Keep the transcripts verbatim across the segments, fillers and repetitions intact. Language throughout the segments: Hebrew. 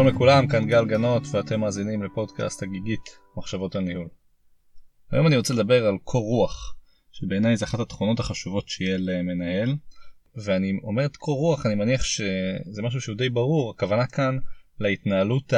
לכולם, כאן גל גנות ואתם מאזינים לפודקאסט הגיגית מחשבות על ניהול. היום אני רוצה לדבר על קור רוח, שבעיניי זה אחת התכונות החשובות שיהיה למנהל, ואני אומר את קור רוח, אני מניח שזה משהו שהוא די ברור, הכוונה כאן להתנהלות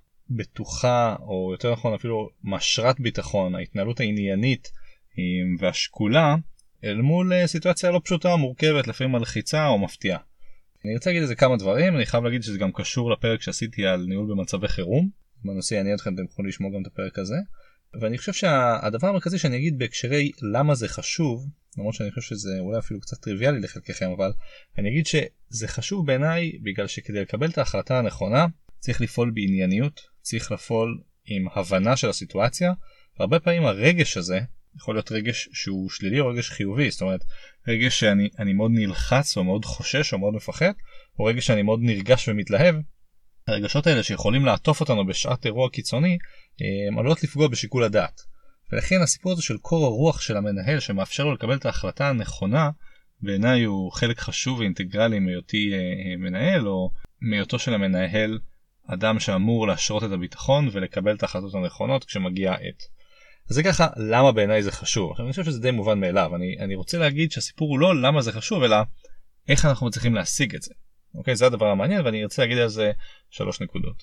הבטוחה, או יותר נכון אפילו משרת ביטחון, ההתנהלות העניינית והשקולה, אל מול סיטואציה לא פשוטה, מורכבת, לפעמים מלחיצה או מפתיעה. אני רוצה להגיד איזה כמה דברים, אני חייב להגיד שזה גם קשור לפרק שעשיתי על ניהול במצבי חירום. אם הנושא יעניין אתכם, אתם יכולים לשמוע גם את הפרק הזה. ואני חושב שהדבר המרכזי שאני אגיד בהקשרי למה זה חשוב, למרות שאני חושב שזה אולי אפילו קצת טריוויאלי לחלקכם, אבל אני אגיד שזה חשוב בעיניי בגלל שכדי לקבל את ההחלטה הנכונה, צריך לפעול בענייניות, צריך לפעול עם הבנה של הסיטואציה, והרבה פעמים הרגש הזה יכול להיות רגש שהוא שלילי או רגש חיובי, זאת אומרת רגש שאני אני מאוד נלחץ או מאוד חושש או מאוד מפחד, או רגש שאני מאוד נרגש ומתלהב. הרגשות האלה שיכולים לעטוף אותנו בשעת אירוע קיצוני, הם עלולות לפגוע בשיקול הדעת. ולכן הסיפור הזה של קור הרוח של המנהל שמאפשר לו לקבל את ההחלטה הנכונה, בעיניי הוא חלק חשוב ואינטגרלי מהיותי מנהל, או מהיותו של המנהל אדם שאמור להשרות את הביטחון ולקבל את ההחלטות הנכונות כשמגיע העת. אז זה ככה למה בעיניי זה חשוב. עכשיו אני חושב שזה די מובן מאליו. אני, אני רוצה להגיד שהסיפור הוא לא למה זה חשוב, אלא איך אנחנו מצליחים להשיג את זה. אוקיי, זה הדבר המעניין, ואני רוצה להגיד על זה שלוש נקודות.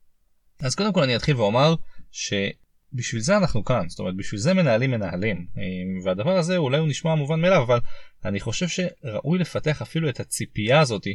אז קודם כל אני אתחיל ואומר שבשביל זה אנחנו כאן, זאת אומרת בשביל זה מנהלים מנהלים, והדבר הזה אולי הוא נשמע מובן מאליו, אבל אני חושב שראוי לפתח אפילו את הציפייה הזאת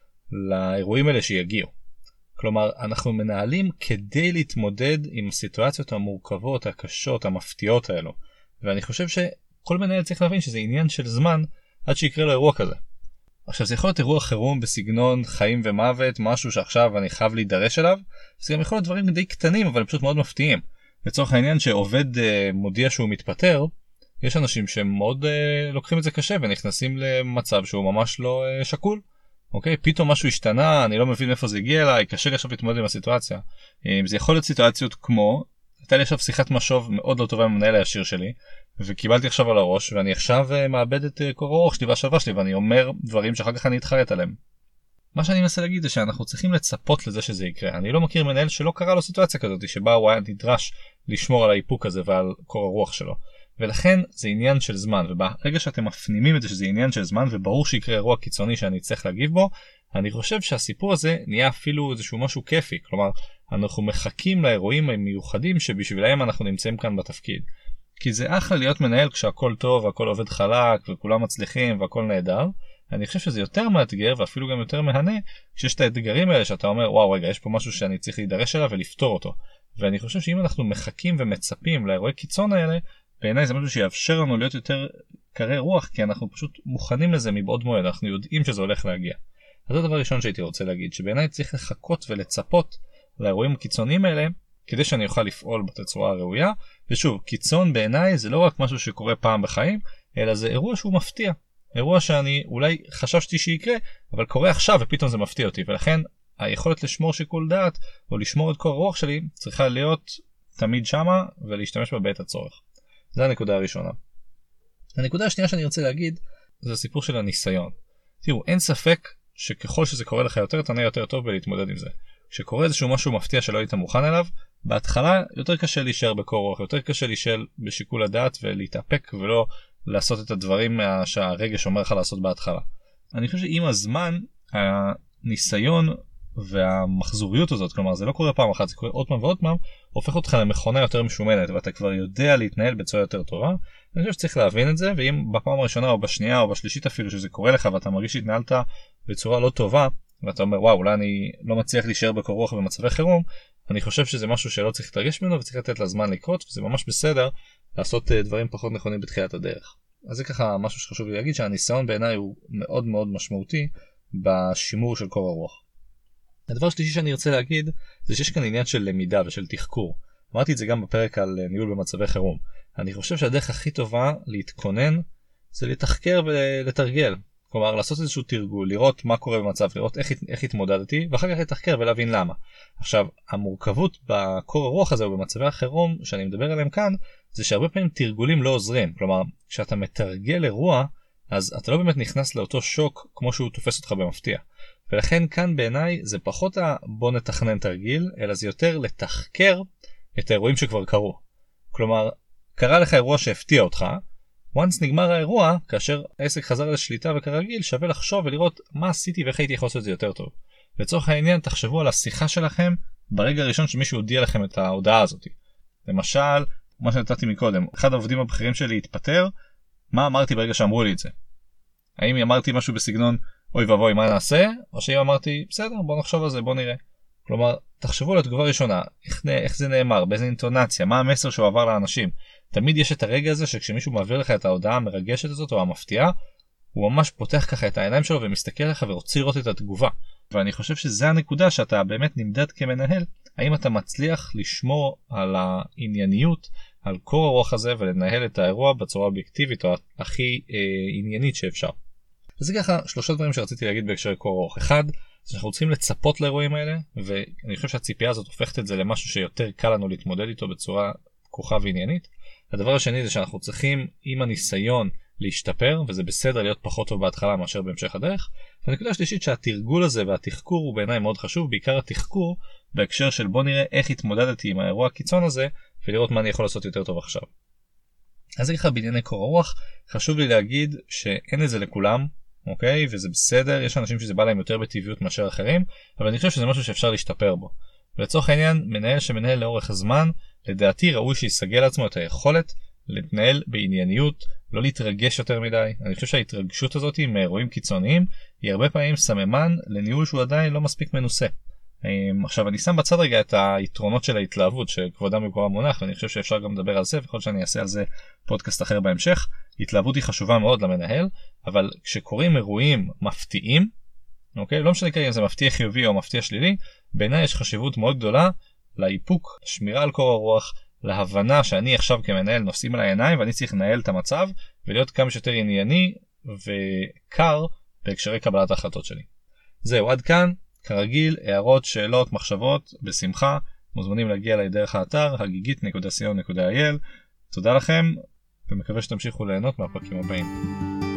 לאירועים האלה שיגיעו. כלומר, אנחנו מנהלים כדי להתמודד עם הסיטואציות המורכבות, הקשות, המפתיעות האלו. ואני חושב שכל מנהל צריך להבין שזה עניין של זמן עד שיקרה לו אירוע כזה. עכשיו, זה יכול להיות אירוע חירום בסגנון חיים ומוות, משהו שעכשיו אני חייב להידרש אליו. זה גם יכול להיות דברים די קטנים, אבל פשוט מאוד מפתיעים. לצורך העניין שעובד אה, מודיע שהוא מתפטר, יש אנשים שמאוד אה, לוקחים את זה קשה ונכנסים למצב שהוא ממש לא אה, שקול. אוקיי, פתאום משהו השתנה, אני לא מבין איפה זה הגיע אליי, קשה לי עכשיו להתמודד עם הסיטואציה. זה יכול להיות סיטואציות כמו, הייתה לי עכשיו שיחת משוב מאוד לא טובה עם המנהל הישיר שלי, וקיבלתי עכשיו על הראש, ואני עכשיו מאבד את קור הרוח שלי והשלווה שלי, ואני אומר דברים שאחר כך אני אתחרט עליהם. מה שאני מנסה להגיד זה שאנחנו צריכים לצפות לזה שזה יקרה. אני לא מכיר מנהל שלא קרה לו סיטואציה כזאת, שבה הוא היה נדרש לשמור על האיפוק הזה ועל קור הרוח שלו. ולכן זה עניין של זמן, וברגע שאתם מפנימים את זה שזה עניין של זמן, וברור שיקרה אירוע קיצוני שאני צריך להגיב בו, אני חושב שהסיפור הזה נהיה אפילו איזשהו משהו כיפי. כלומר, אנחנו מחכים לאירועים המיוחדים שבשבילהם אנחנו נמצאים כאן בתפקיד. כי זה אחלה להיות מנהל כשהכל טוב, והכל עובד חלק, וכולם מצליחים, והכל נהדר. אני חושב שזה יותר מאתגר, ואפילו גם יותר מהנה, כשיש את האתגרים האלה שאתה אומר, וואו, רגע, יש פה משהו שאני צריך להידרש אליו ולפתור אותו. ואני חושב שאם אנחנו מחכים ומצפים לאירועי קיצון האלה, בעיניי זה משהו שיאפשר לנו להיות יותר קרי רוח, כי אנחנו פשוט מוכנים לזה מבעוד מועד, אנחנו יודעים שזה הולך להגיע. אז זה הדבר הראשון שהייתי רוצה להגיד, שבעיניי צריך לחכות ולצפות לאירועים הקיצוניים האלה, כדי שאני אוכל לפעול בתצורה הראויה. ושוב, קיצון בעיניי זה לא רק משהו שקורה פעם בחיים, אלא זה אירוע שהוא מפתיע. אירוע שאני אולי חששתי שיקרה, אבל קורה עכשיו ופתאום זה מפתיע אותי, ולכן היכולת לשמור שיקול דעת, או לשמור את קור הרוח שלי, צריכה להיות תמיד שמה ולהשתמש בה בעת הצורך. זה הנקודה הראשונה. הנקודה השנייה שאני רוצה להגיד, זה הסיפור של הניסיון. תראו, אין ספק שככל שזה קורה לך יותר, תענה יותר טוב בלהתמודד עם זה. כשקורה איזשהו משהו מפתיע שלא היית מוכן אליו, בהתחלה יותר קשה להישאר בקור רוח, יותר קשה להישאר בשיקול הדעת ולהתאפק ולא לעשות את הדברים שהרגש אומר לך לעשות בהתחלה. אני חושב שעם הזמן, הניסיון והמחזוריות הזאת, כלומר זה לא קורה פעם אחת, זה קורה עוד פעם ועוד פעם, הופך אותך למכונה יותר משומנת, ואתה כבר יודע להתנהל בצורה יותר טובה. אני חושב שצריך להבין את זה, ואם בפעם הראשונה או בשנייה או בשלישית אפילו שזה קורה לך, ואתה מרגיש שהתנהלת בצורה לא טובה, ואתה אומר וואו, אולי אני לא מצליח להישאר בקור רוח במצבי חירום, אני חושב שזה משהו שלא צריך להתרגש ממנו, וצריך לתת לזמן לקרות, וזה ממש בסדר לעשות דברים פחות נכונים בתחילת הדרך. אז זה ככה משהו שחשוב לי להגיד, שהניסיון בעיניי הוא מאוד מאוד משמעותי בשימור של קור הרוח. הדבר שלישי שאני רוצה להגיד זה שיש כאן עניין של למידה ושל תחקור. אמרתי את זה גם בפרק על ניהול במצבי חירום. אני חושב שהדרך הכי טובה להתכונן זה לתחקר ולתרגל. כלומר, לעשות איזשהו תרגול, לראות מה קורה במצב, לראות איך, איך התמודדתי, ואחר כך לתחקר ולהבין למה. עכשיו, המורכבות בקור הרוח הזה ובמצבי החירום שאני מדבר עליהם כאן, זה שהרבה פעמים תרגולים לא עוזרים. כלומר, כשאתה מתרגל אירוע, אז אתה לא באמת נכנס לאותו שוק כמו שהוא תופס אותך במפתיע. ולכן כאן בעיניי זה פחות בוא נתכנן תרגיל, אלא זה יותר לתחקר את האירועים שכבר קרו. כלומר, קרה לך אירוע שהפתיע אותך, once נגמר האירוע, כאשר העסק חזר לשליטה וכרגיל, שווה לחשוב ולראות מה עשיתי ואיך הייתי יכול לעשות את זה יותר טוב. לצורך העניין, תחשבו על השיחה שלכם ברגע הראשון שמישהו הודיע לכם את ההודעה הזאת. למשל, מה שנתתי מקודם, אחד העובדים הבכירים שלי התפטר, מה אמרתי ברגע שאמרו לי את זה? האם אמרתי משהו בסגנון, אוי ואבוי, מה נעשה? או שאם אמרתי, בסדר, בוא נחשוב על זה, בוא נראה. כלומר, תחשבו על התגובה ראשונה, איך, איך זה נאמר, באיזה אינטונציה, מה המסר שהוא עבר לאנשים. תמיד יש את הרגע הזה שכשמישהו מעביר לך את ההודעה המרגשת הזאת או המפתיעה, הוא ממש פותח ככה את העיניים שלו ומסתכל לך ורוצה לראות את התגובה. ואני חושב שזה הנקודה שאתה באמת נמדד כמנהל, האם אתה מצליח לשמור על הענייניות, על קור הרוח הזה ולנהל את האירוע בצורה אובייקטיבית או הכי אה, עניינית שאפשר. וזה ככה שלושה דברים שרציתי להגיד בהקשר קור הרוח. אחד, זה שאנחנו צריכים לצפות לאירועים האלה, ואני חושב שהציפייה הזאת הופכת את זה למשהו שיותר קל לנו להתמודד איתו בצורה כוחה ועניינית. הדבר השני זה שאנחנו צריכים עם הניסיון להשתפר, וזה בסדר להיות פחות טוב בהתחלה מאשר בהמשך הדרך. והנקודה השלישית שהתרגול הזה והתחקור הוא בעיניי מאוד חשוב, בעיקר התחקור בהקשר של בוא נראה איך התמודדתי עם האירוע הקיצון הזה, ולראות מה אני יכול לעשות יותר טוב עכשיו. אז זה ככה בענייני קור הרוח, חשוב לי להגיד שאין את זה לכולם, אוקיי? וזה בסדר, יש אנשים שזה בא להם יותר בטבעיות מאשר אחרים, אבל אני חושב שזה משהו שאפשר להשתפר בו. ולצורך העניין, מנהל שמנהל לאורך הזמן, לדעתי ראוי שיסגל לעצמו את היכולת להתנהל בענייניות, לא להתרגש יותר מדי. אני חושב שההתרגשות הזאת עם אירועים קיצוניים היא הרבה פעמים סממן לניהול שהוא עדיין לא מספיק מנוסה. עכשיו אני שם בצד רגע את היתרונות של ההתלהבות שכבודם במקומם מונח, ואני חושב שאפשר גם לדבר על זה, ויכול שאני אעשה על זה פודקאסט אחר בהמשך. התלהבות היא חשובה מאוד למנהל, אבל כשקוראים אירועים מפתיעים, אוקיי? לא משנה כרגע אם זה מפתיע חיובי או מפתיע שלילי, בעיניי יש חשיבות מאוד גדולה לאיפוק, שמירה על קור הרוח, להבנה שאני עכשיו כמנהל נושאים על העיניים ואני צריך לנהל את המצב ולהיות כמה שיותר ענייני וקר בהקשרי קבלת ההחלטות שלי. זהו, עד כאן. כרגיל, הערות, שאלות, מחשבות, בשמחה, מוזמנים להגיע אליי דרך האתר הגיגית נקודה סי או נקודה איי אל. תודה לכם, ומקווה שתמשיכו ליהנות מהפרקים הבאים.